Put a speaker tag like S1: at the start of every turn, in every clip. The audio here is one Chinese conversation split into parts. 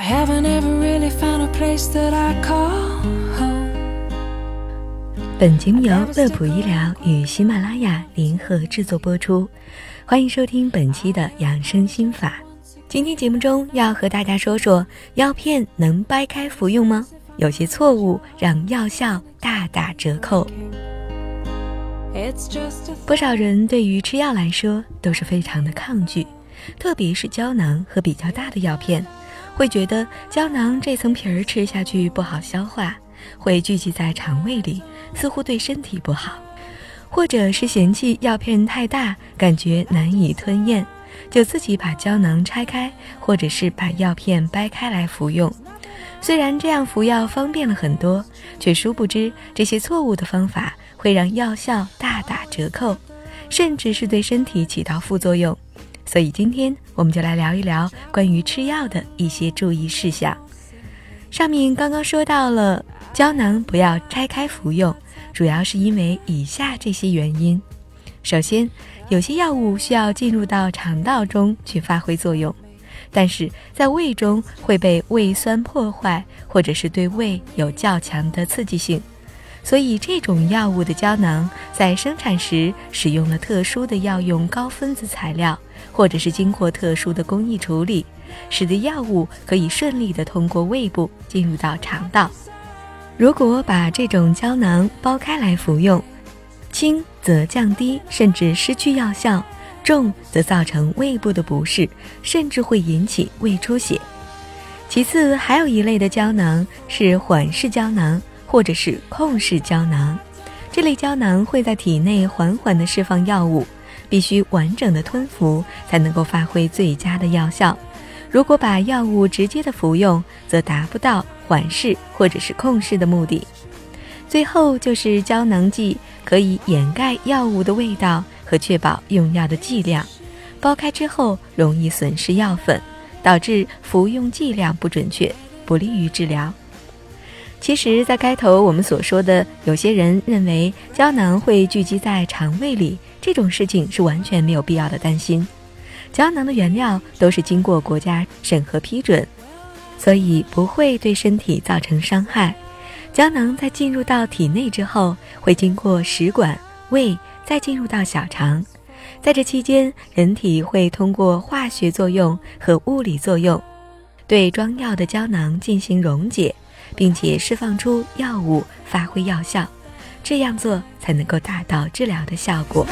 S1: I haven't ever really found a place that I call home.
S2: 本节目由乐普医疗与喜马拉雅联合制作播出，欢迎收听本期的养生心法。今天节目中要和大家说说，药片能掰开服用吗？有些错误让药效大打折扣。不少人对于吃药来说都是非常的抗拒，特别是胶囊和比较大的药片，会觉得胶囊这层皮儿吃下去不好消化，会聚集在肠胃里，似乎对身体不好，或者是嫌弃药片太大，感觉难以吞咽，就自己把胶囊拆开，或者是把药片掰开来服用。虽然这样服药方便了很多，却殊不知这些错误的方法会让药效大打折扣，甚至是对身体起到副作用。所以今天我们就来聊一聊关于吃药的一些注意事项。上面刚刚说到了胶囊不要拆开服用，主要是因为以下这些原因。首先，有些药物需要进入到肠道中去发挥作用，但是在胃中会被胃酸破坏，或者是对胃有较强的刺激性，所以这种药物的胶囊在生产时使用了特殊的药用高分子材料，或者是经过特殊的工艺处理，使得药物可以顺利地通过胃部进入到肠道。如果把这种胶囊剥开来服用，轻则降低甚至失去药效，重则造成胃部的不适，甚至会引起胃出血。其次，还有一类的胶囊是缓释胶囊或者是控式胶囊，这类胶囊会在体内缓缓地释放药物，必须完整的吞服才能够发挥最佳的药效。如果把药物直接的服用，则达不到缓释或者是控制的目的。最后就是胶囊剂可以掩盖药物的味道和确保用药的剂量，剥开之后容易损失药粉，导致服用剂量不准确，不利于治疗。其实在开头我们所说的有些人认为胶囊会聚集在肠胃里，这种事情是完全没有必要的担心。胶囊的原料都是经过国家审核批准，所以不会对身体造成伤害。胶囊在进入到体内之后，会经过食管、胃，再进入到小肠。在这期间，人体会通过化学作用和物理作用，对装药的胶囊进行溶解，并且释放出药物，发挥药效。这样做才能够达到治疗的效果。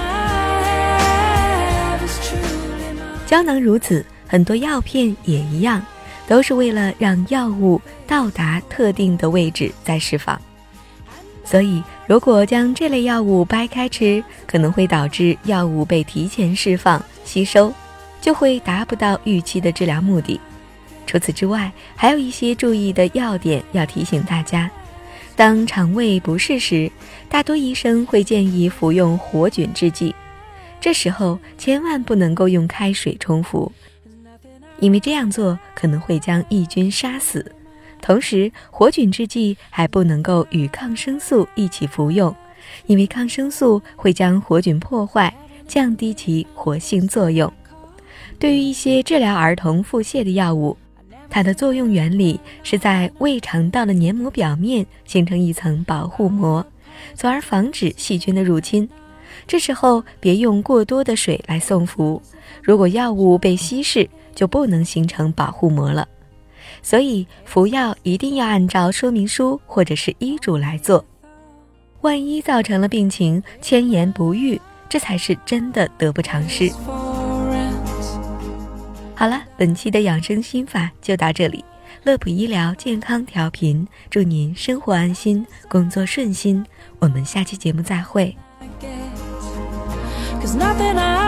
S2: 胶囊如此，很多药片也一样，都是为了让药物到达特定的位置再释放。所以如果将这类药物掰开吃，可能会导致药物被提前释放吸收，就会达不到预期的治疗目的。除此之外，还有一些注意的要点要提醒大家。当肠胃不适时，大多医生会建议服用活菌制剂，这时候千万不能够用开水冲服，因为这样做可能会将益菌杀死。同时，活菌制剂还不能够与抗生素一起服用，因为抗生素会将活菌破坏，降低其活性作用。对于一些治疗儿童腹泻的药物，它的作用原理是在胃肠道的黏膜表面形成一层保护膜，从而防止细菌的入侵。这时候别用过多的水来送服，如果药物被稀释，就不能形成保护膜了。所以服药一定要按照说明书或者是医嘱来做，万一造成了病情，千言不愈，这才是真的得不偿失。好了，本期的养生心法就到这里。乐普医疗健康调频，祝您生活安心，工作顺心。我们下期节目再会。 'Cause nothing